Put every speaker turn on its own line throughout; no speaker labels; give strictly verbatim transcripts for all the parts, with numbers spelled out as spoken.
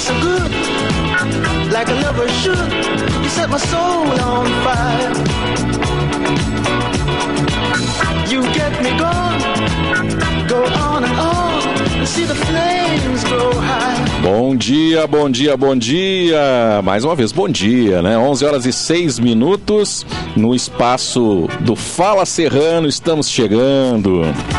so good, like a lover should. You set my soul on fire. You get me going, go on and on, and see the flames grow high.
Bom dia, bom dia, bom dia. Mais uma vez, bom dia, né? onze horas e seis minutos no espaço do Fala Serrano, estamos chegando.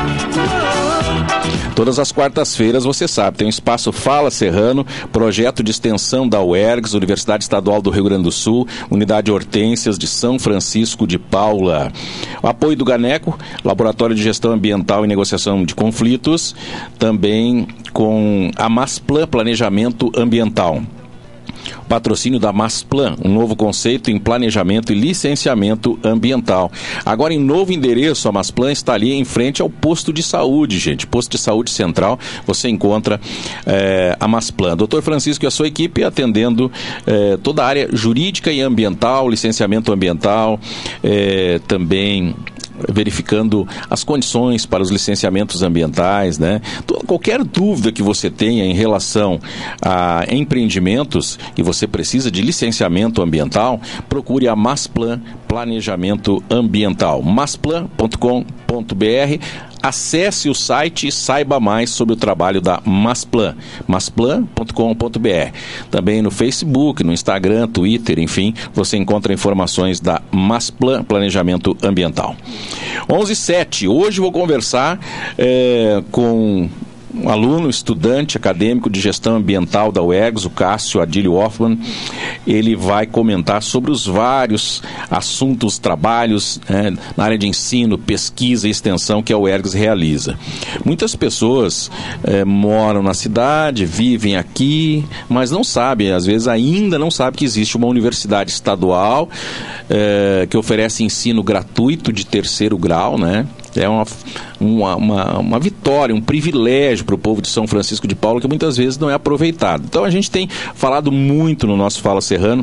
Todas as quartas-feiras, você sabe, tem o espaço Fala Serrano, projeto de extensão da U E R G S, Universidade Estadual do Rio Grande do Sul, Unidade Hortências de São Francisco de Paula. O apoio do GANECO, Laboratório de Gestão Ambiental e Negociação de Conflitos, também com a Masplan Planejamento Ambiental. Patrocínio da Masplan, um novo conceito em planejamento e licenciamento ambiental. Agora em novo endereço, a Masplan está ali em frente ao posto de saúde, gente. Posto de saúde central, você encontra é, a Masplan. doutor Francisco e a sua equipe atendendo é, toda a área jurídica e ambiental, licenciamento ambiental, é, também verificando as condições para os licenciamentos ambientais, né? Qualquer dúvida que você tenha em relação a empreendimentos e você precisa de licenciamento ambiental, procure a Masplan Planejamento Ambiental, masplan ponto com ponto b r. Acesse o site e saiba mais sobre o trabalho da Masplan, masplan ponto com ponto b r. Também no Facebook, no Instagram, Twitter, enfim, você encontra informações da Masplan Planejamento Ambiental. onze e sete, hoje vou conversar é, com um aluno, estudante, acadêmico de gestão ambiental da U E R G S, o Cássio Adílio Hoffman. Ele vai comentar sobre os vários assuntos, trabalhos né, na área de ensino, pesquisa e extensão que a U E R G S realiza. Muitas pessoas eh, moram na cidade, vivem aqui, mas não sabem, às vezes ainda não sabem que existe uma universidade estadual eh, que oferece ensino gratuito de terceiro grau, né? É uma, uma, uma, uma vitória, um privilégio para o povo de São Francisco de Paula que muitas vezes não é aproveitado. Então a gente tem falado muito no nosso Fala Serrano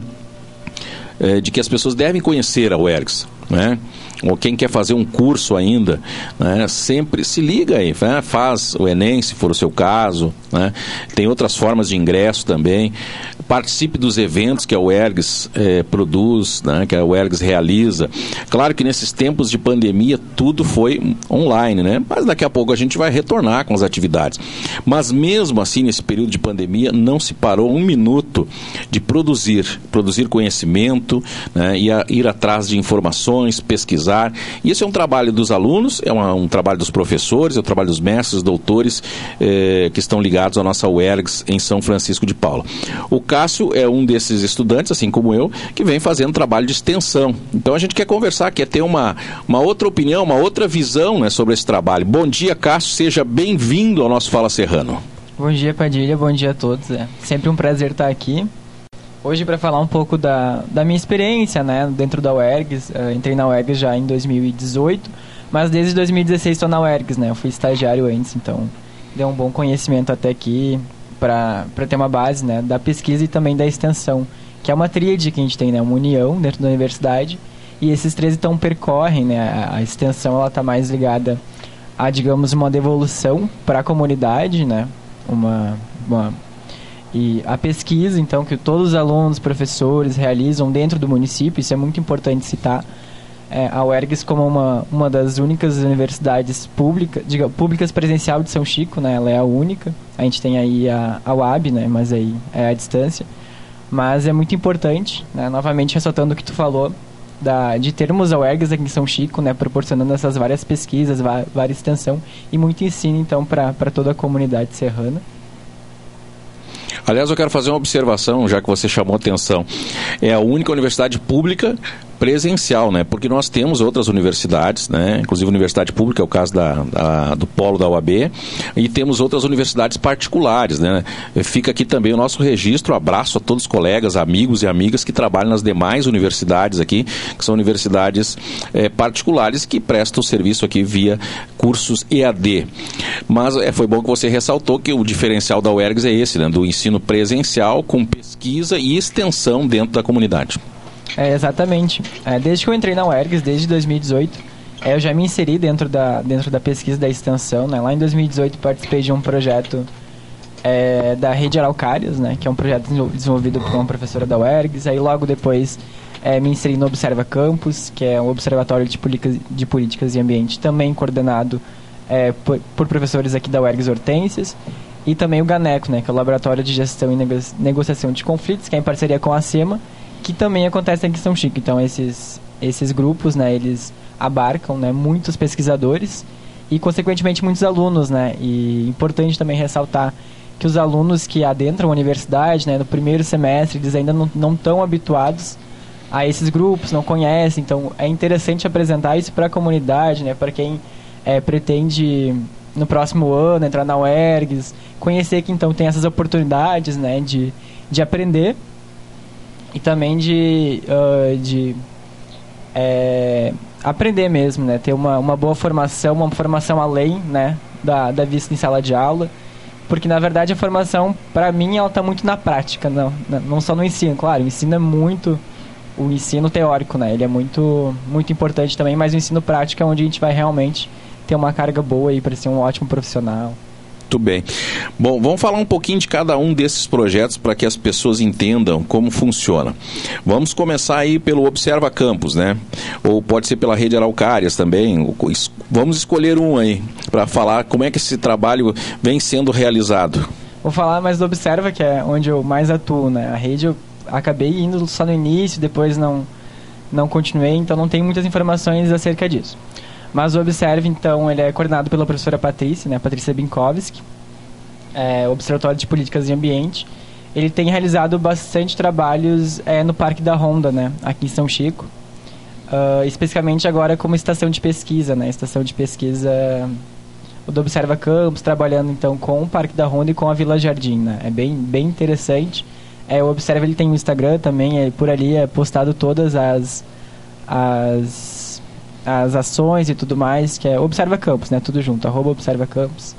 é, de que as pessoas devem conhecer a U E R G S, né? Ou quem quer fazer um curso ainda, né, sempre se liga aí, né, faz o Enem, se for o seu caso, né, tem outras formas de ingresso também, participe dos eventos que a U E R G S eh, produz, né, que a U E R G S realiza. Claro que nesses tempos de pandemia tudo foi online, né, mas daqui a pouco a gente vai retornar com as atividades. Mas mesmo assim, nesse período de pandemia, não se parou um minuto de produzir, produzir conhecimento, né, e a, ir atrás de informações, pesquisar. E esse é um trabalho dos alunos, é uma, um trabalho dos professores, é um trabalho dos mestres, doutores eh, que estão ligados à nossa U E R G S em São Francisco de Paula. O Cássio é um desses estudantes, assim como eu, que vem fazendo trabalho de extensão. Então a gente quer conversar, quer ter uma, uma outra opinião, uma outra visão, né, sobre esse trabalho. Bom dia, Cássio, seja bem-vindo ao nosso Fala Serrano.
Bom dia, Padilha, bom dia a todos. É sempre um prazer estar aqui. Hoje para falar um pouco da, da minha experiência, né, dentro da U E R G S. Uh, entrei na U E R G S já em dois mil e dezoito, mas desde dois mil e dezesseis estou na U E R G S, né, eu fui estagiário antes, então deu um bom conhecimento até aqui para ter uma base, né, da pesquisa e também da extensão, que é uma tríade que a gente tem, né, uma união dentro da universidade, e esses três então percorrem, né, a, a extensão ela está mais ligada a, digamos, uma devolução para a comunidade, né, uma... uma E a pesquisa, então, que todos os alunos, professores realizam dentro do município, isso é muito importante citar, é, a U E R G S como uma, uma das únicas universidades pública, diga, públicas presencial de São Chico, né? Ela é a única. A gente tem aí a, a U A B, né? Mas aí é a distância. Mas é muito importante, né? Novamente ressaltando o que tu falou, da, de termos a U E R G S aqui em São Chico, né? Proporcionando essas várias pesquisas, várias extensão e muito ensino, então, para toda a comunidade serrana.
Aliás, eu quero fazer uma observação, já que você chamou atenção. É a única universidade pública presencial, né? Porque nós temos outras universidades, né? Inclusive a universidade pública, é o caso da, da, do polo da U A B, e temos outras universidades particulares, né? Fica aqui também o nosso registro, abraço a todos os colegas, amigos e amigas que trabalham nas demais universidades aqui, que são universidades é, particulares que prestam o serviço aqui via cursos E A D. Mas é, foi bom que você ressaltou que o diferencial da U E R G S é esse, né? Do ensino presencial com pesquisa e extensão dentro da comunidade.
É, exatamente. É, desde que eu entrei na U E R G S, desde dois mil e dezoito, é, eu já me inseri dentro da, dentro da pesquisa da extensão, né? Lá em dois mil e dezoito participei de um projeto é, da Rede Araucárias, né, que é um projeto desenvolvido por uma professora da U E R G S. Aí logo depois é, me inseri no Observa Campus, que é um observatório de políticas, de políticas e ambiente, também coordenado é, por, por professores aqui da U E R G S Hortências. E também o GANECO, né, que é o Laboratório de Gestão e Nego- Negociação de Conflitos, que é em parceria com a SEMA, que também acontece aqui em São Chico. Então esses, esses grupos, né, eles abarcam, né, muitos pesquisadores e, consequentemente, muitos alunos, né. E importante também ressaltar que os alunos que adentram a universidade, né, no primeiro semestre, eles ainda não, não estão habituados a esses grupos, não conhecem. Então é interessante apresentar isso para a comunidade, né, para quem é, pretende no próximo ano entrar na U E R G S, conhecer que então tem essas oportunidades, né, de, de aprender e também de, uh, de é, aprender mesmo, né, ter uma, uma boa formação, uma formação além, né, da, da vista em sala de aula, porque na verdade a formação, para mim, ela está muito na prática, não, não só no ensino. Claro, o ensino é muito, o ensino teórico, né, ele é muito, muito importante também, mas o ensino prático é onde a gente vai realmente ter uma carga boa aí para ser um ótimo profissional.
Muito bem. Bom, vamos falar um pouquinho de cada um desses projetos para que as pessoas entendam como funciona. Vamos começar aí pelo Observa Campus, né? Ou pode ser pela Rede Araucárias também. Vamos escolher um aí para falar como é que esse trabalho vem sendo realizado.
Vou falar mais do Observa, que é onde eu mais atuo, né? A rede eu acabei indo só no início, depois não, não continuei, então não tenho muitas informações acerca disso. Mas o Observa, então, ele é coordenado pela professora Patrícia, né, Patrícia Binkowski, é, Observatório de Políticas e Ambiente. Ele tem realizado bastante trabalhos é, no Parque da Ronda, né, aqui em São Chico, uh, especificamente agora como estação de pesquisa, né, estação de pesquisa do Observa Campus, trabalhando então com o Parque da Ronda e com a Vila Jardim, né, é bem, bem interessante. É, o Observa, ele tem um Instagram também, é, por ali é postado todas as... as as ações e tudo mais, que é Observa Campus, né, tudo junto, arroba Observa Campus.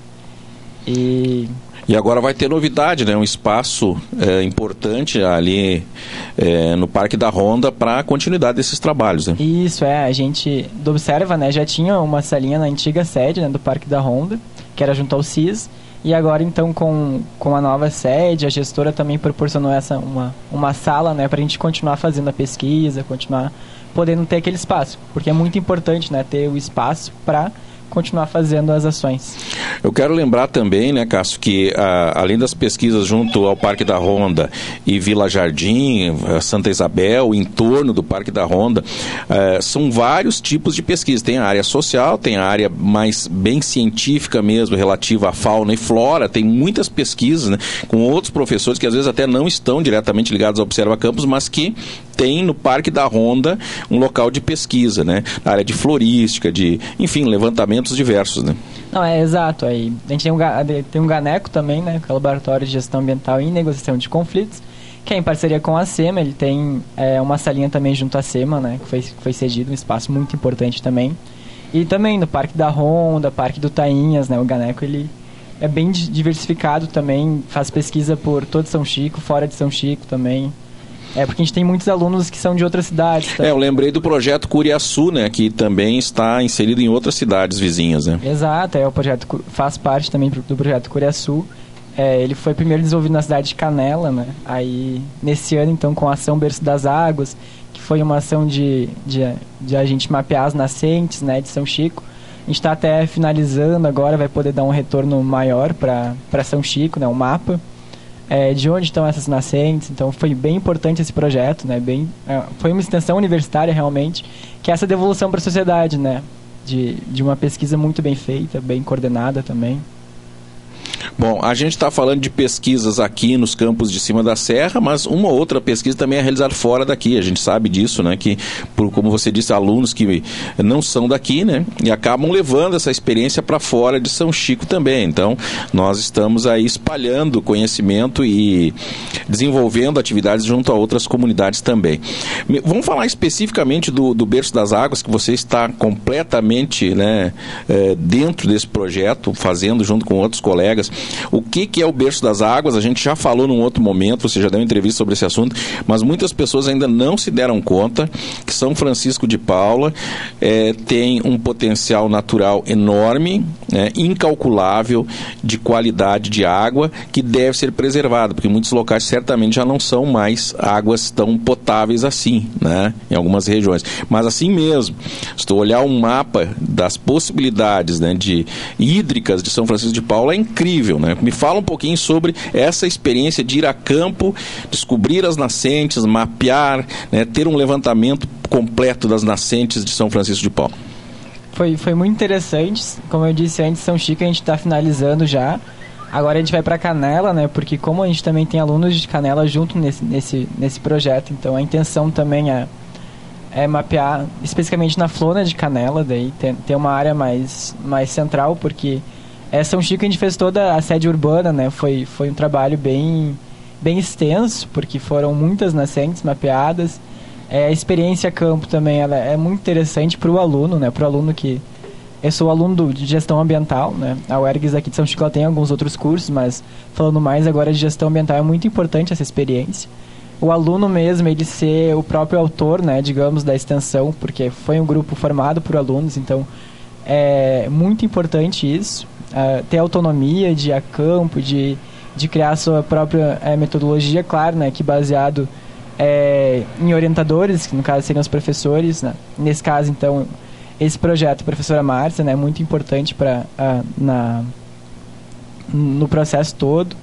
E...
E agora vai ter novidade, né, um espaço é, importante ali é, no Parque da Ronda para a continuidade desses trabalhos, né?
Isso, é, a gente do Observa, né, já tinha uma salinha na antiga sede, né, do Parque da Ronda, que era junto ao C I S, e agora então com, com a nova sede, a gestora também proporcionou essa, uma, uma sala, né, para a gente continuar fazendo a pesquisa, continuar podendo ter aquele espaço, porque é muito importante, né, ter o espaço para continuar fazendo as ações.
Eu quero lembrar também, né, Cássio, que a, além das pesquisas junto ao Parque da Ronda e Vila Jardim, Santa Isabel, em torno do Parque da Ronda, uh, são vários tipos de pesquisa. Tem a área social, tem a área mais bem científica mesmo, relativa à fauna e flora, tem muitas pesquisas, né, com outros professores que às vezes até não estão diretamente ligados ao Observa Campus, mas que tem no Parque da Ronda um local de pesquisa, né, na área de florística, de, enfim, levantamentos diversos, né?
Não, é exato. Aí, a gente tem um, tem um GANECO também, né, que é o Laboratório de Gestão Ambiental e Negociação de Conflitos, que é em parceria com a SEMA. Ele tem é, uma salinha também junto à SEMA, né, que foi, foi cedido, um espaço muito importante também. E também no Parque da Ronda, Parque do Tainhas, né, o GANECO, ele é bem diversificado também, faz pesquisa por todo São Chico, fora de São Chico também. É, porque a gente tem muitos alunos que são de outras cidades. Tá?
É, eu lembrei do projeto Curiaçu, né, que também está inserido em outras cidades vizinhas, né?
Exato, é, o projeto faz parte também do projeto Curiaçu. É, ele foi primeiro desenvolvido na cidade de Canela, né? Aí, nesse ano, então, com a ação Berço das Águas, que foi uma ação de, de, de a gente mapear as nascentes, né, de São Chico. A gente está até finalizando agora, vai poder dar um retorno maior para São Chico, né, um mapa. É, de onde estão essas nascentes. Então foi bem importante esse projeto, né? Bem, é, foi uma extensão universitária realmente, que é essa devolução para a sociedade, né? De, de uma pesquisa muito bem feita, bem coordenada também.
Bom, a gente está falando de pesquisas aqui nos campos de cima da serra, mas uma outra pesquisa também é realizada fora daqui. A gente sabe disso, né? Que, por, como você disse, alunos que não são daqui, né? E acabam levando essa experiência para fora de São Chico também. Então, nós estamos aí espalhando conhecimento e desenvolvendo atividades junto a outras comunidades também. Vamos falar especificamente do, do Berço das Águas, que você está completamente, né, é, dentro desse projeto, fazendo junto com outros colegas. O que, que é o berço das águas? A gente já falou num outro momento, você já deu uma entrevista sobre esse assunto, mas muitas pessoas ainda não se deram conta que São Francisco de Paula é, tem um potencial natural enorme, né, incalculável, de qualidade de água, que deve ser preservado, porque muitos locais certamente já não são mais águas tão potáveis assim, né, em algumas regiões. Mas assim mesmo, se tu olhar um mapa das possibilidades, né, de hídricas de São Francisco de Paula, é incrível, né? Me fala um pouquinho sobre essa experiência de ir a campo, descobrir as nascentes, mapear, né, ter um levantamento completo das nascentes de São Francisco de Paula.
Foi, foi muito interessante. Como eu disse antes, São Chico a gente está finalizando já. Agora a gente vai para Canela, né? Porque como a gente também tem alunos de Canela junto nesse, nesse, nesse projeto, então a intenção também é, é mapear especificamente na Flona de Canela, daí ter, ter uma área mais, mais central, porque é, São Chico a gente fez toda a sede urbana, né? Foi, foi um trabalho bem, bem extenso, porque foram muitas nascentes mapeadas. É, a experiência campo também ela é muito interessante para o aluno, né? Para o aluno que... Eu sou aluno do, de gestão ambiental, né? A U E R G S aqui de São Chico ela tem alguns outros cursos, mas falando mais agora de gestão ambiental, é muito importante essa experiência. O aluno mesmo, ele ser o próprio autor, né, digamos, da extensão, porque foi um grupo formado por alunos, então é muito importante isso. Uh, ter autonomia de ir a campo, de, de criar a sua própria é, metodologia, claro, né, que baseado é, em orientadores, que no caso seriam os professores, né? Nesse caso, então, esse projeto, a professora Márcia, né, é muito importante pra, uh, na, no processo todo.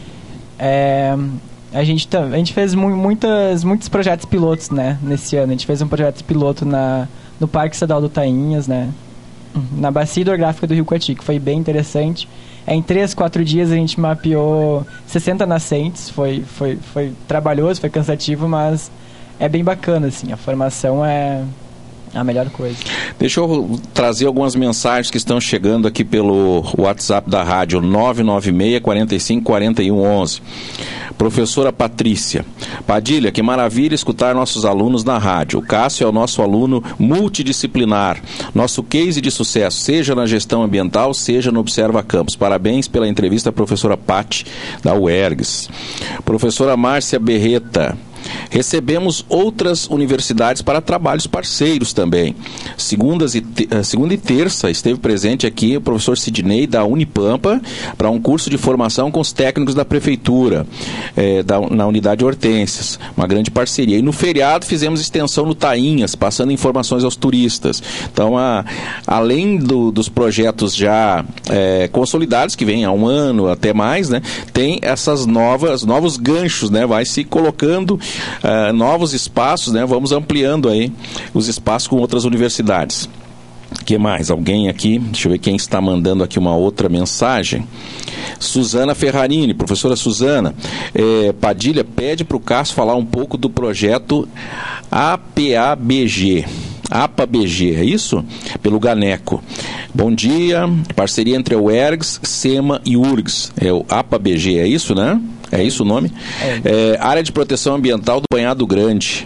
É, a, gente tá, a gente fez mu- muitas, muitos projetos pilotos, né, nesse ano. A gente fez um projeto piloto na, no Parque Estadual do Tainhas, né, na bacia hidrográfica do Rio Coati, que foi bem interessante. É, em três, quatro dias a gente mapeou sessenta nascentes. Foi, foi, foi trabalhoso, foi cansativo, mas é bem bacana, assim. A formação é a melhor coisa.
Deixa eu trazer algumas mensagens que estão chegando aqui pelo WhatsApp da rádio, nove nove seis, quatro cinco, quatro um um um. Professora Patrícia: Padilha, que maravilha escutar nossos alunos na rádio. O Cássio é o nosso aluno multidisciplinar, nosso case de sucesso, seja na gestão ambiental, seja no Observa Campus. Parabéns pela entrevista, professora Pati, da U E R G S. Professora Márcia Berreta: recebemos outras universidades para trabalhos parceiros também. Segundas e te- segunda e terça esteve presente aqui o professor Sidney da Unipampa para um curso de formação com os técnicos da prefeitura, eh, da, na unidade Hortências. Uma grande parceria. E no feriado fizemos extensão no Tainhas, passando informações aos turistas. Então, a, além do, dos projetos já eh, consolidados, que vêm há um ano até mais, né, tem essas novas, novos ganchos, né, vai se colocando Uh, novos espaços, né? Vamos ampliando aí os espaços com outras universidades. O que mais? Alguém aqui? Deixa eu ver quem está mandando aqui uma outra mensagem. Suzana Ferrarini, professora Suzana, eh, Padilha pede para o Cássio falar um pouco do projeto A P A B G. A P A B G, é isso? Pelo Ganeco. Bom dia, parceria entre a U E R G S, SEMA e U R G S. É o A P A B G, é isso, né? É isso o nome? É. É, área de proteção ambiental do Banhado Grande.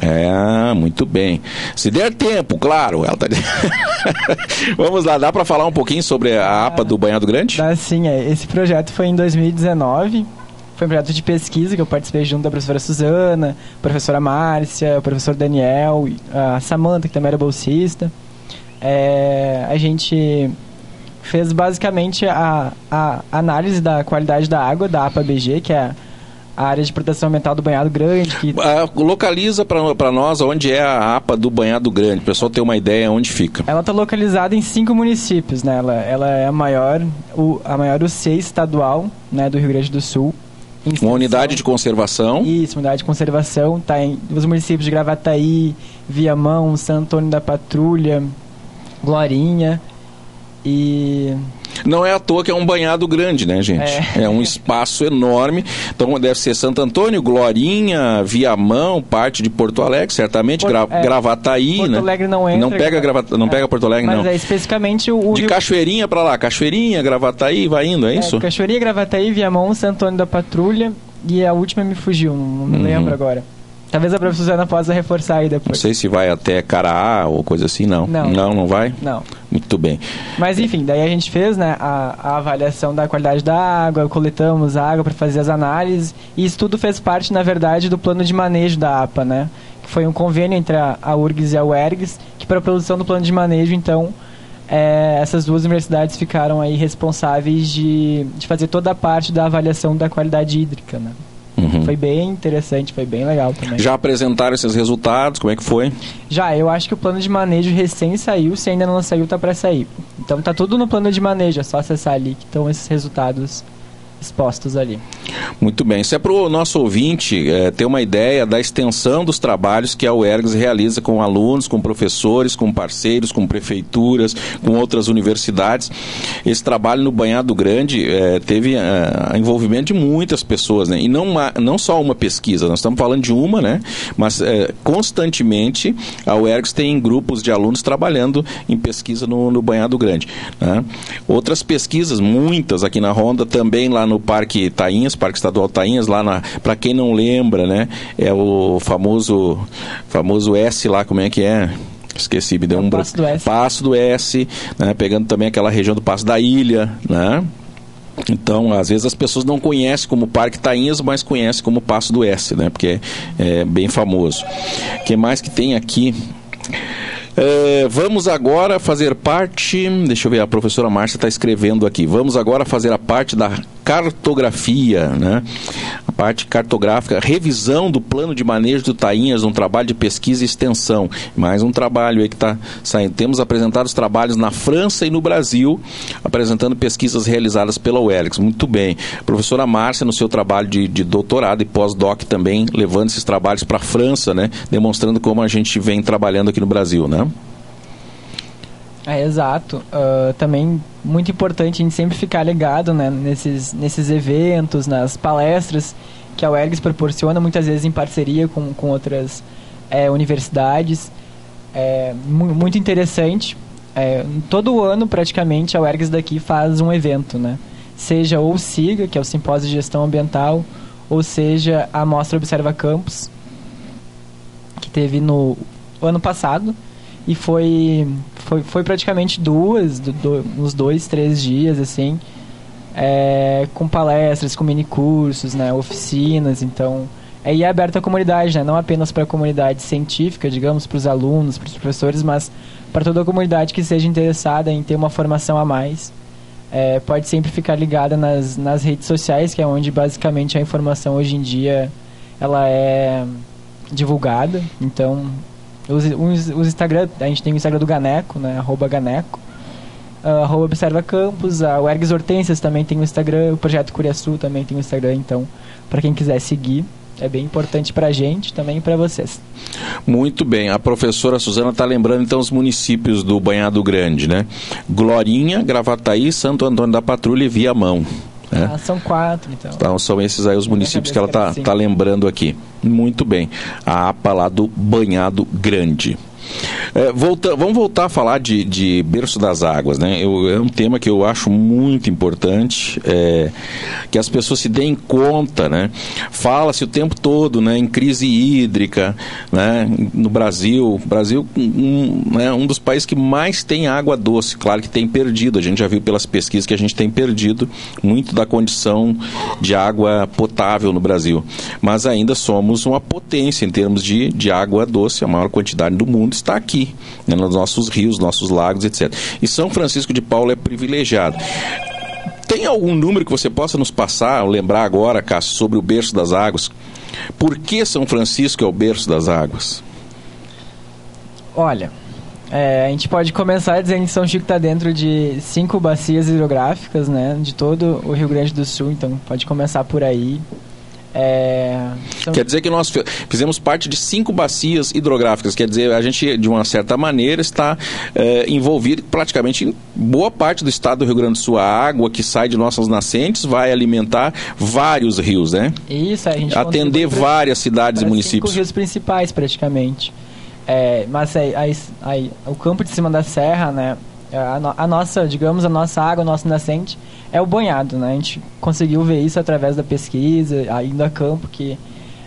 É, muito bem. Se der tempo, claro. Ela tá... Vamos lá, dá para falar um pouquinho sobre a A P A do Banhado Grande?
Dá sim, é. Esse projeto foi em dois mil e dezenove. Foi um projeto de pesquisa que eu participei junto da professora Suzana, a professora Márcia, o professor Daniel, a Samanta, que também era bolsista. É, a gente fez basicamente a, a análise da qualidade da água da A P A B G, que é a área de proteção ambiental do Banhado Grande. Que...
Ah, localiza para nós onde é a A P A do Banhado Grande, o pessoal ter uma ideia onde fica.
Ela está localizada em cinco municípios, né? Ela, ela é a maior, o, a maior U C estadual, né, do Rio Grande do Sul.
Uma unidade de conservação.
Isso, unidade de conservação. Está em os municípios de Gravataí, Viamão, Santo Antônio da Patrulha, Glorinha e...
Não é à toa que é um banhado grande, né, gente? É, é um espaço enorme. Então deve ser Santo Antônio, Glorinha, Viamão, parte de Porto Alegre, certamente,
Por,
Gra-
é,
Gravataí,
Porto
né?
Alegre não entra.
Não pega, Gravata, não
é,
pega Porto Alegre,
mas
não.
Mas é especificamente o... o
de
Rio...
Cachoeirinha para lá, Cachoeirinha, Gravataí, vai indo, é, é isso?
Cachoeirinha, Gravataí, Viamão, Santo Antônio da Patrulha e a última me fugiu, não me uhum. lembro agora. Talvez a professora Suzana possa reforçar aí depois.
Não sei se vai até Caraá ou coisa assim, não.
Não.
Não, não vai?
Não.
Muito bem.
Mas enfim, daí a gente fez, né, a, a avaliação da qualidade da água, coletamos a água para fazer as análises, e isso tudo fez parte, na verdade, do plano de manejo da A P A, né? Que foi um convênio entre a, a U R G S e a U E R G S, que para a produção do plano de manejo, então, é, essas duas universidades ficaram aí responsáveis de, de fazer toda a parte da avaliação da qualidade hídrica, né? Uhum. Foi bem interessante, foi bem legal também.
Já apresentaram esses resultados? Como é que foi?
Já, eu acho que o plano de manejo recém saiu, se ainda não saiu, tá para sair. Então tá tudo no plano de manejo, é só acessar ali que estão esses resultados expostos ali.
Muito bem. Isso é para o nosso ouvinte é, ter uma ideia da extensão dos trabalhos que a U E R G S realiza com alunos, com professores, com parceiros, com prefeituras, com outras universidades. Esse trabalho no Banhado Grande é, teve é, envolvimento de muitas pessoas, né? E não, uma, não só uma pesquisa, nós estamos falando de uma, né? Mas é, constantemente a U E R G S tem grupos de alunos trabalhando em pesquisa no, no Banhado Grande, né? Outras pesquisas, muitas aqui na Ronda, também lá no Parque Tainhas, Parque Estadual Tainhas, lá na, para quem não lembra, né, é o famoso famoso S lá, como é que é? Esqueci, me deu um
Passo do S.
Passo do S, né, pegando também aquela região do Passo da Ilha, né? Então, às vezes as pessoas não conhecem como Parque Tainhas, mas conhecem como Passo do S, né, porque é, é bem famoso. O que mais que tem aqui? Uh, vamos agora fazer parte, deixa eu ver, a professora Márcia está escrevendo aqui, vamos agora fazer a parte da cartografia, né? A parte cartográfica, revisão do plano de manejo do Tainhas, um trabalho de pesquisa e extensão, mais um trabalho aí que está saindo. Temos apresentado os trabalhos na França e no Brasil, apresentando pesquisas realizadas pela U E R G S. Muito bem. Professora Márcia, no seu trabalho de, de doutorado e pós-doc também, levando esses trabalhos para a França, né? Demonstrando como a gente vem trabalhando aqui no Brasil, né?
É, exato. Uh, também muito importante a gente sempre ficar ligado, né, nesses, nesses eventos, nas palestras que a U E R G S proporciona, muitas vezes em parceria com, com outras é, universidades. É mu- muito interessante. É, todo ano, praticamente, a U E R G S daqui faz um evento, né? Seja ou o SIGA, que é o Simpósio de Gestão Ambiental, ou seja a Mostra Observa Campus, que teve no ano passado. E foi, foi, foi praticamente duas, do, do, uns dois, três dias, assim, é, com palestras, com minicursos, né, oficinas. Então, é, e é aberto à comunidade, né, não apenas para a comunidade científica, digamos, para os alunos, para os professores, mas para toda a comunidade que seja interessada em ter uma formação a mais. É, pode sempre ficar ligada nas, nas redes sociais, que é onde basicamente a informação hoje em dia ela é divulgada. Então, Os, os, os Instagram, a gente tem o Instagram do Ganeco, né, arroba Ganeco, uh, arroba Observa Campus, a U E R G S Hortências também tem o Instagram, o Projeto Curiaçu também tem o Instagram, então, para quem quiser seguir, é bem importante para a gente, também para vocês.
Muito bem, a professora Suzana está lembrando então os municípios do Banhado Grande, né? Glorinha, Gravataí, Santo Antônio da Patrulha e Viamão. É.
Ah, são quatro, então.
Então, são esses aí os municípios que ela está tá lembrando aqui. Muito bem. A A P A lá do Banhado Grande. É, volta, vamos voltar a falar de, de berço das águas, né? Eu, é um tema que eu acho muito importante, é, que as pessoas se deem conta, né? Fala-se o tempo todo, né, em crise hídrica, né, no Brasil. O Brasil um, né, um dos países que mais tem água doce. Claro que tem perdido, a gente já viu pelas pesquisas que a gente tem perdido muito da condição de água potável no Brasil. Mas ainda somos uma potência em termos de, de água doce, a maior quantidade do mundo está aqui, né, nos nossos rios, nossos lagos, etcétera. E São Francisco de Paula é privilegiado. Tem algum número que você possa nos passar, ou lembrar agora, Cássio, sobre o berço das águas? Por que São Francisco é o berço das águas?
Olha, é, a gente pode começar dizendo que São Chico está dentro de cinco bacias hidrográficas, né, de todo o Rio Grande do Sul, então pode começar por aí. É... Então...
Quer dizer que nós fizemos parte de cinco bacias hidrográficas, quer dizer, a gente, de uma certa maneira, está é, envolvido praticamente em boa parte do estado do Rio Grande do Sul. A água que sai de nossas nascentes vai alimentar vários rios, né?
Isso, a gente
atender
pra,
várias cidades e municípios.
Cinco rios principais, praticamente. É, mas aí, aí, aí, o campo de cima da serra, né? A, no, a nossa, digamos, a nossa água, a nossa nascente é o banhado, né? A gente conseguiu ver isso através da pesquisa, indo a campo, que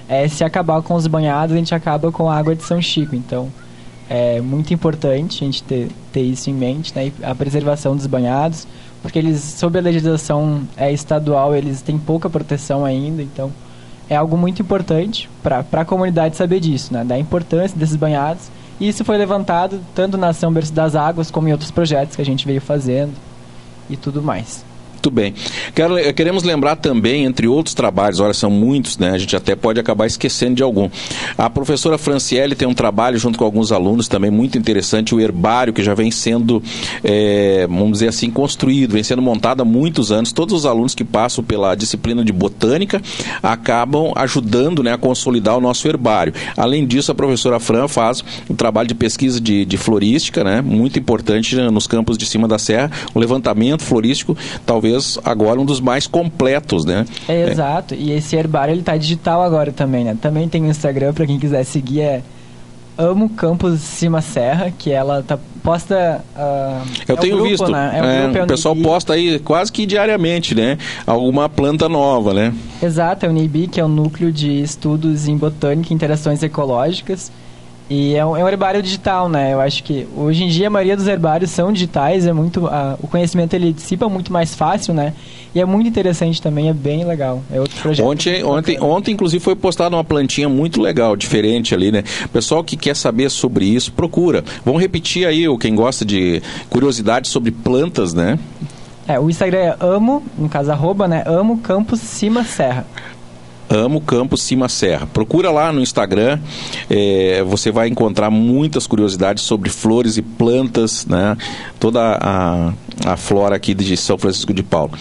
é, se acabar com os banhados, a gente acaba com a água de São Chico. Então, é muito importante a gente ter, ter isso em mente, né? A preservação dos banhados, porque eles, sob a legislação é, estadual, eles têm pouca proteção ainda, então é algo muito importante para a comunidade saber disso, né? Da importância desses banhados. E isso foi levantado tanto na Ação Berço das Águas como em outros projetos que a gente veio fazendo e tudo mais.
Muito bem. Quero, queremos lembrar também, entre outros trabalhos, olha, são muitos, né? A gente até pode acabar esquecendo de algum. A professora Franciele tem um trabalho junto com alguns alunos também muito interessante, o herbário, que já vem sendo, é, vamos dizer assim, construído, vem sendo montado há muitos anos. Todos os alunos que passam pela disciplina de botânica acabam ajudando, né, a consolidar o nosso herbário. Além disso, a professora Fran faz um trabalho de pesquisa de, de florística, né? Muito importante nos campos de cima da serra, o levantamento florístico, talvez agora um dos mais completos, né?
É, é. Exato, e esse herbário ele tá digital agora também, né? Também tem o Instagram, para quem quiser seguir, é Amo Campos Cima Serra, que ela tá posta... Uh,
Eu
é
tenho
grupo,
visto,
né? É um
é,
grupo, é
o pessoal
Unibi.
Posta aí quase que diariamente, né? Alguma planta nova, né?
Exato, é o Unibi, que é o Núcleo de Estudos em Botânica e Interações Ecológicas. E é um, é um herbário digital, né? Eu acho que hoje em dia a maioria dos herbários são digitais, é muito, uh, o conhecimento ele dissipa muito mais fácil, né? E é muito interessante também, é bem legal. É outro projeto.
Ontem, ontem, ontem inclusive, foi postada uma plantinha muito legal, diferente ali, né? Pessoal que quer saber sobre isso, procura. Vamos repetir aí, o quem gosta de curiosidade sobre plantas, né?
É, o Instagram é amo, no caso arroba, né? Amo Campos Cima Serra.
Amo Campos Cima Serra. Procura lá no Instagram, é, você vai encontrar muitas curiosidades sobre flores e plantas, né? Toda a, a flora aqui de São Francisco de Paula.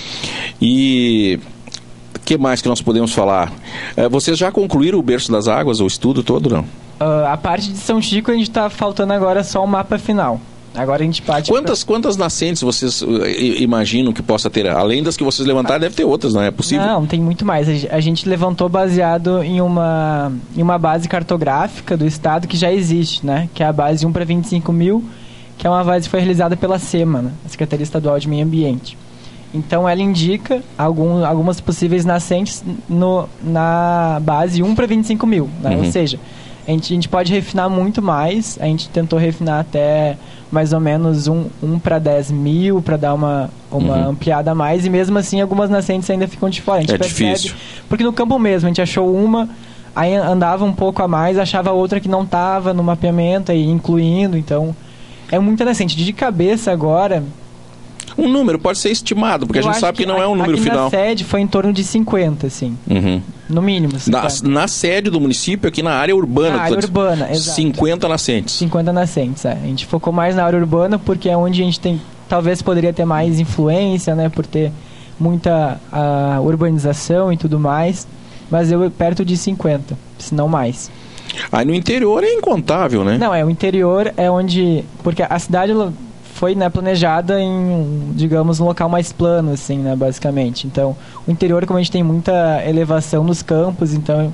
E o que mais que nós podemos falar? É, vocês já concluíram o Berço das Águas, o estudo todo, não?
Uh, a parte de São Chico a gente está faltando agora só o mapa final. Agora a gente parte...
Quantas, pra... quantas nascentes vocês uh, imaginam que possa ter? Além das que vocês levantaram, deve ter outras, não é possível?
Não, tem muito mais. A gente levantou baseado em uma, em uma base cartográfica do estado que já existe, né? Que é a base um para vinte e cinco mil, que é uma base que foi realizada pela SEMA, né? A Secretaria Estadual de Meio Ambiente. Então ela indica algum, algumas possíveis nascentes no, na base um para vinte e cinco mil, né? Uhum. Ou seja, a gente, a gente pode refinar muito mais. A gente tentou refinar até mais ou menos um, um para dez mil, para dar uma, uma uhum. ampliada a mais, e mesmo assim algumas nascentes ainda ficam de fora. A gente
é
percebe,
difícil.
Porque no campo mesmo, a gente achou uma, aí andava um pouco a mais, achava outra que não estava no mapeamento, aí incluindo, então é muita nascente. De cabeça agora...
Um número pode ser estimado, porque a gente sabe que, que não é um número
aqui
final.
Na sede foi em torno de cinquenta, assim. Uhum. No mínimo.
Na, na sede do município, aqui na área urbana.
Na área urbana, exato.
cinquenta nascentes.
cinquenta nascentes, é. A gente focou mais na área urbana porque é onde a gente tem... Talvez poderia ter mais influência, né? Por ter muita a, urbanização e tudo mais. Mas eu perto de cinquenta, se não mais.
Aí no interior é incontável, né?
Não, é. O interior é onde... Porque a cidade... foi, né, planejada em, digamos, um local mais plano, assim, né, basicamente. Então, o interior, como a gente tem muita elevação nos campos, então,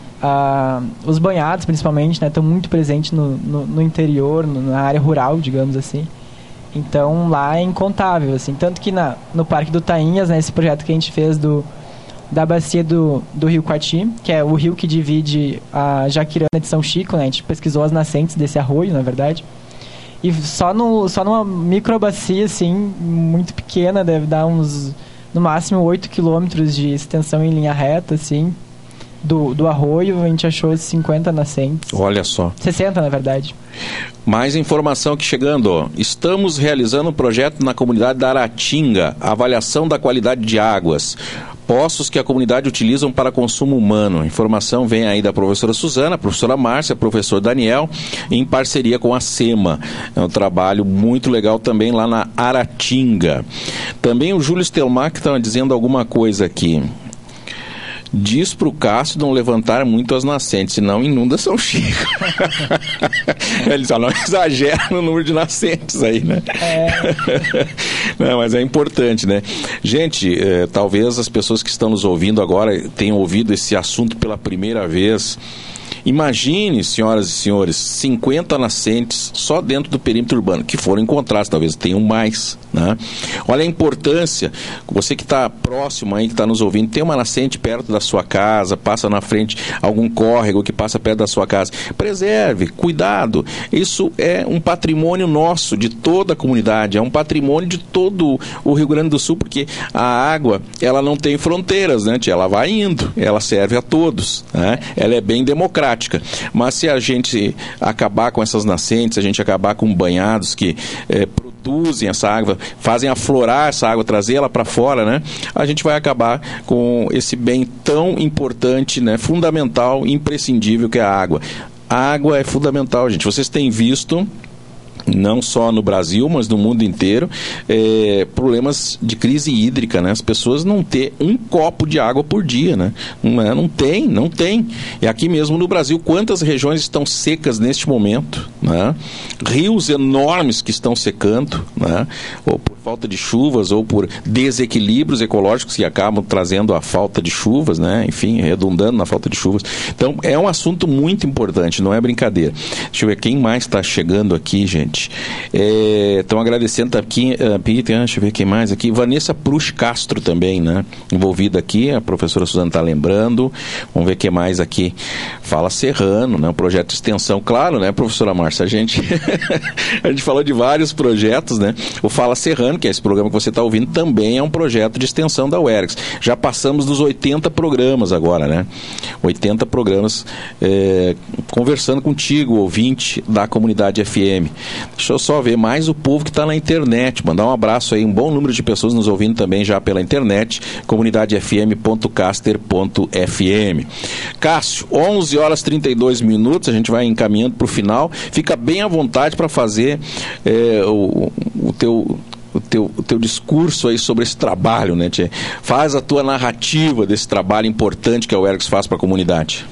ah, os banhados, principalmente, né, estão muito presentes no, no, no interior, no, na área rural, digamos assim. Então, lá é incontável, assim. Tanto que na, no Parque do Tainhas, né, esse projeto que a gente fez do, da bacia do, do Rio Coati, que é o rio que divide a Jaquirana de São Chico, né, a gente pesquisou as nascentes desse arroio, na verdade. E só, no, só numa microbacia, assim, muito pequena, deve dar uns, no máximo, oito quilômetros de extensão em linha reta, assim, do, do arroio, a gente achou cinquenta nascentes.
Olha só.
sessenta, na verdade.
Mais informação aqui chegando. Estamos realizando um projeto na comunidade da Aratinga, avaliação da qualidade de águas. Poços que a comunidade utilizam para consumo humano. A informação vem aí da professora Suzana, professora Márcia, professor Daniel, em parceria com a SEMA. É um trabalho muito legal também lá na Aratinga. Também o Júlio Stelmar que está dizendo alguma coisa aqui. Diz para o Cássio não levantar muito as nascentes, senão inunda São Chico. Ele só não exagera no número de nascentes aí, né? É. Não, mas é importante, né? Gente, eh, talvez as pessoas que estão nos ouvindo agora tenham ouvido esse assunto pela primeira vez. Imagine, senhoras e senhores, cinquenta nascentes só dentro do perímetro urbano, que foram encontradas, talvez tenham mais, né? Olha a importância, você que está próximo aí, que está nos ouvindo, tem uma nascente perto da sua casa, passa na frente algum córrego que passa perto da sua casa, preserve, cuidado, isso é um patrimônio nosso, de toda a comunidade, é um patrimônio de todo o Rio Grande do Sul, porque a água, ela não tem fronteiras, né, tia? Ela vai indo, ela serve a todos, né? Ela é bem democrática, mas se a gente acabar com essas nascentes, a gente acabar com banhados que é, produzem essa água, fazem aflorar essa água, trazer ela para fora, né? A gente vai acabar com esse bem tão importante, né? Fundamental, imprescindível, que é a água. A água é fundamental, gente. Vocês têm visto, não só no Brasil, mas no mundo inteiro, é, problemas de crise hídrica, né? As pessoas não têm um copo de água por dia, né? Não, é, não tem, não tem. E aqui mesmo no Brasil, quantas regiões estão secas neste momento, né? Rios enormes que estão secando, né? Ou por falta de chuvas, ou por desequilíbrios ecológicos que acabam trazendo a falta de chuvas, né? Enfim, redundando na falta de chuvas. Então, é um assunto muito importante, não é brincadeira. Deixa eu ver quem mais está chegando aqui, gente. Estão é, agradecendo aqui, uh, Peter, deixa eu ver quem mais aqui. Vanessa Prush Castro também, né? Envolvida aqui, a professora Suzana está lembrando. Vamos ver quem mais aqui. Fala Serrano, né? Um projeto de extensão, claro, né, professora Márcia? A gente, a gente falou de vários projetos, né? O Fala Serrano, que é esse programa que você está ouvindo, também é um projeto de extensão da U E R G S. Já passamos dos oitenta programas agora, né? oitenta programas é, conversando contigo, ouvinte da comunidade F M. Deixa eu só ver mais o povo que está na internet. Mandar um abraço aí, um bom número de pessoas nos ouvindo também já pela internet, comunidade f m ponto caster ponto f m. Cássio, onze horas e trinta e dois minutos, a gente vai encaminhando para o final. Fica bem à vontade para fazer é, o, o teu... O teu, o teu discurso aí sobre esse trabalho, né, Tchê? Faz a tua narrativa desse trabalho importante que a U E R G S faz para a comunidade.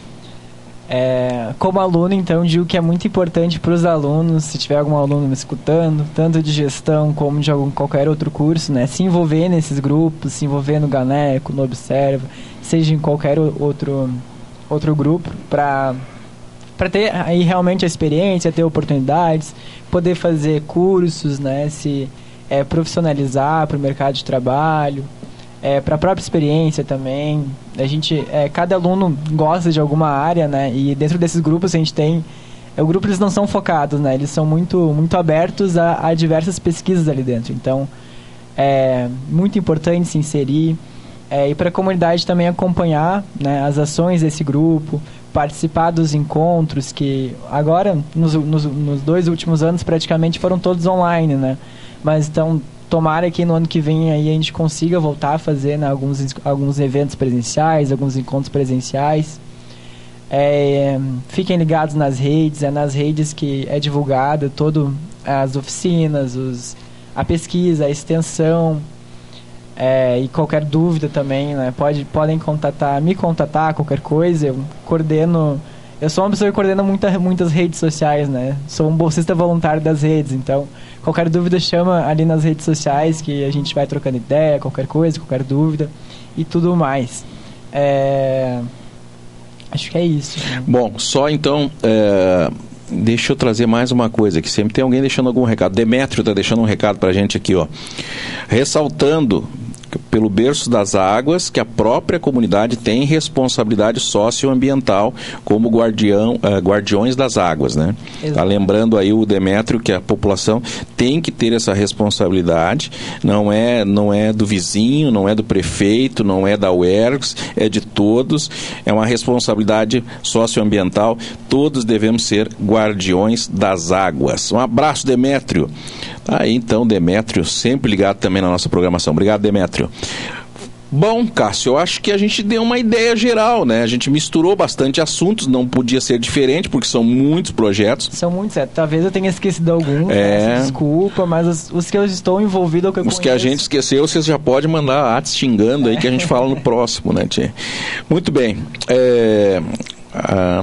É, como aluno, então, digo que é muito importante para os alunos, se tiver algum aluno me escutando, tanto de gestão como de algum, qualquer outro curso, né, se envolver nesses grupos, se envolver no Ganeco, no Observa, seja em qualquer outro, outro grupo, para para ter aí realmente a experiência, ter oportunidades, poder fazer cursos, né, se é, profissionalizar para o mercado de trabalho, é, para a própria experiência também. A gente, é, cada aluno gosta de alguma área, né? E dentro desses grupos a gente tem, é, o grupo eles não são focados, né? Eles são muito, muito abertos a, a diversas pesquisas ali dentro. Então, é muito importante se inserir, é, e para a comunidade também acompanhar, né, as ações desse grupo, participar dos encontros que agora, nos, nos, nos dois últimos anos, praticamente foram todos online, né? Mas então, tomara que no ano que vem aí a gente consiga voltar a fazer, né, alguns, alguns eventos presenciais, alguns encontros presenciais. É, fiquem ligados nas redes, é nas redes que é divulgada todo, as oficinas, os, a pesquisa, a extensão, é, e qualquer dúvida também, né, pode, podem contatar, me contatar, qualquer coisa. Eu coordeno, eu sou uma pessoa que coordena muita, muitas redes sociais, né, sou um bolsista voluntário das redes, então qualquer dúvida chama ali nas redes sociais que a gente vai trocando ideia, qualquer coisa, qualquer dúvida e tudo mais. É... Acho que é isso. Né?
Bom, só então, é... deixa eu trazer mais uma coisa, que sempre tem alguém deixando algum recado. Demétrio está deixando um recado para a gente aqui, ó. Ressaltando pelo berço das águas que a própria comunidade tem responsabilidade socioambiental como guardião, uh, guardiões das águas, né? Tá lembrando aí o Demétrio que a população tem que ter essa responsabilidade, não é, não é do vizinho, não é do prefeito, não é da U E R G S, é de todos, é uma responsabilidade socioambiental, todos devemos ser guardiões das águas. Um abraço, Demétrio. Aí então, Demétrio, sempre ligado também na nossa programação. Obrigado, Demétrio. Bom, Cássio, eu acho que a gente deu uma ideia geral, né? A gente misturou bastante assuntos, não podia ser diferente, porque são muitos projetos.
São muitos, é. Talvez eu tenha esquecido algum, é... né? Desculpa, mas os, os que eu estou envolvido, é o que eu
Os
conheço.
que a gente esqueceu, vocês já podem mandar atos xingando aí, que a gente fala no próximo, né, Tchê? Muito bem. É... Ah...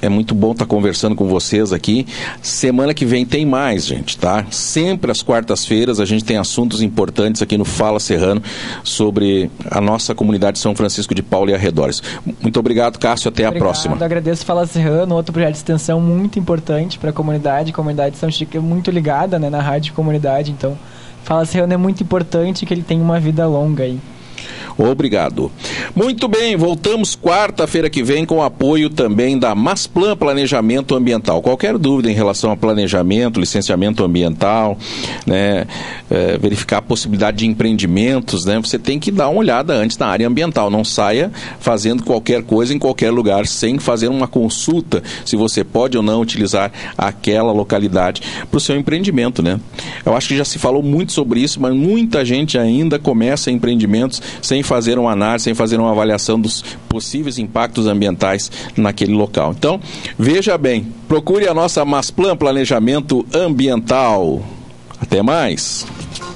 É muito bom estar conversando com vocês aqui. Semana que vem tem mais, gente, tá? Sempre às quartas-feiras a gente tem assuntos importantes aqui no Fala Serrano sobre a nossa comunidade de São Francisco de Paula e arredores. Muito obrigado, Cássio. Até
obrigado,
a próxima.
Agradeço Fala Serrano, outro projeto de extensão muito importante para a comunidade. A comunidade de São Chico é muito ligada, né, na rádio de comunidade, então Fala Serrano é muito importante que ele tenha uma vida longa aí.
Obrigado. Muito bem, voltamos quarta-feira que vem com o apoio também da Masplan Planejamento Ambiental. Qualquer dúvida em relação a planejamento, licenciamento ambiental, né, é, verificar a possibilidade de empreendimentos, né, você tem que dar uma olhada antes na área ambiental. Não saia fazendo qualquer coisa em qualquer lugar sem fazer uma consulta se você pode ou não utilizar aquela localidade para o seu empreendimento, né? Eu acho que já se falou muito sobre isso, mas muita gente ainda começa empreendimentos sem fazer uma análise, sem fazer uma avaliação dos possíveis impactos ambientais naquele local. Então, veja bem, procure a nossa Masplan Planejamento Ambiental. Até mais!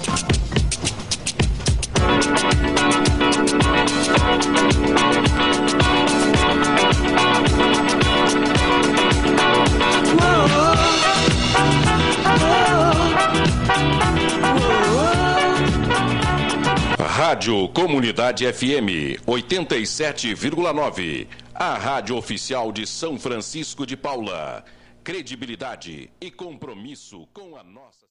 Rádio Comunidade F M oitenta e sete vírgula nove, a rádio oficial de São Francisco de Paula. Credibilidade e compromisso com a nossa